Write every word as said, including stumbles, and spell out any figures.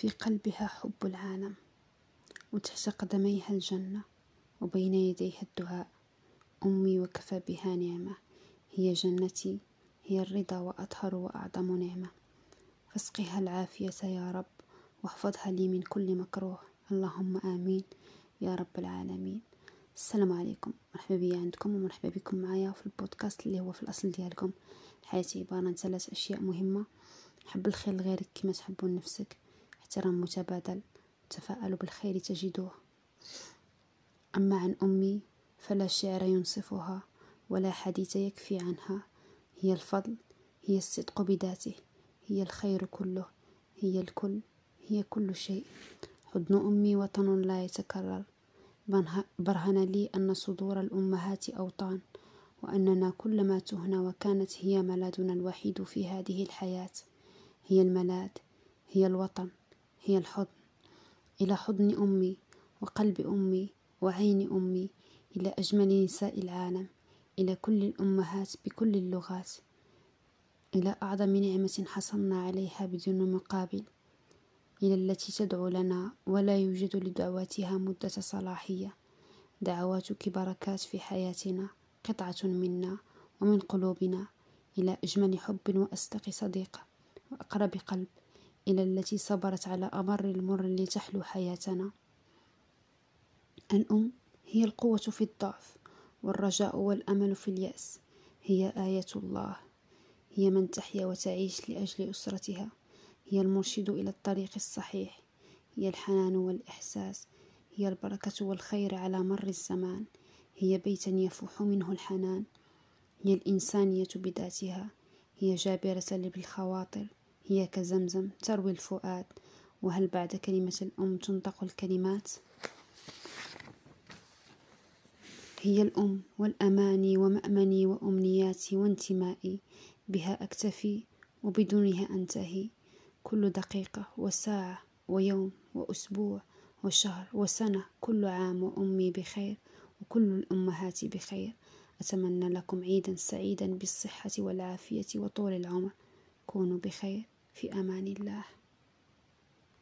في قلبها حب العالم، وتحت قدميها الجنة، وبين يديها الدعاء. أمي وكفى بها نعمة، هي جنتي، هي الرضا وأطهر وأعظم نعمة. فاسقها العافية يا رب، واحفظها لي من كل مكروه، اللهم آمين يا رب العالمين. السلام عليكم، مرحبا بيا عندكم ومرحبا بكم معايا في البودكاست اللي هو في الأصل ديالكم. حياتي عبارة عن ثلاث أشياء مهمة: حب الخير لغيرك كما تحب لنفسك، احترام متبادل، تفاءلوا بالخير تجدوه. أما عن أمي فلا شعر ينصفها ولا حديث يكفي عنها. هي الفضل، هي الصدق بذاته، هي الخير كله، هي الكل، هي كل شيء. حضن أمي وطن لا يتكرر، برهن لي أن صدور الأمهات أوطان، وأننا كلما تهنا وكانت هي ملاذنا الوحيد في هذه الحياة. هي الملاذ، هي الوطن، هي الحضن. إلى حضن أمي وقلب أمي وعين أمي، إلى أجمل نساء العالم، إلى كل الأمهات بكل اللغات، إلى أعظم نعمة حصلنا عليها بدون مقابل، إلى التي تدعو لنا ولا يوجد لدعواتها مدة صلاحية. دعواتك بركات في حياتنا، قطعة منا ومن قلوبنا. إلى أجمل حب وأصدق صديقة وأقرب قلب، إلى التي صبرت على أمر المر لتحلو حياتنا. الأم هي القوة في الضعف، والرجاء والأمل في اليأس. هي آية الله، هي من تحيا وتعيش لأجل أسرتها، هي المرشد إلى الطريق الصحيح، هي الحنان والإحساس، هي البركة والخير على مر الزمان، هي بيت يفوح منه الحنان، هي الإنسانية بذاتها، هي جابرة بالخواطر، هي كزمزم تروي الفؤاد. وهل بعد كلمة الأم تنطق الكلمات؟ هي الأم والأماني ومأمني وأمنياتي وانتمائي، بها أكتفي وبدونها أنتهي. كل دقيقة وساعة ويوم وأسبوع وشهر وسنة، كل عام وأمي بخير وكل الأمهات بخير. أتمنى لكم عيدا سعيدا بالصحة والعافية وطول العمر. كونوا بخير، في أمان الله.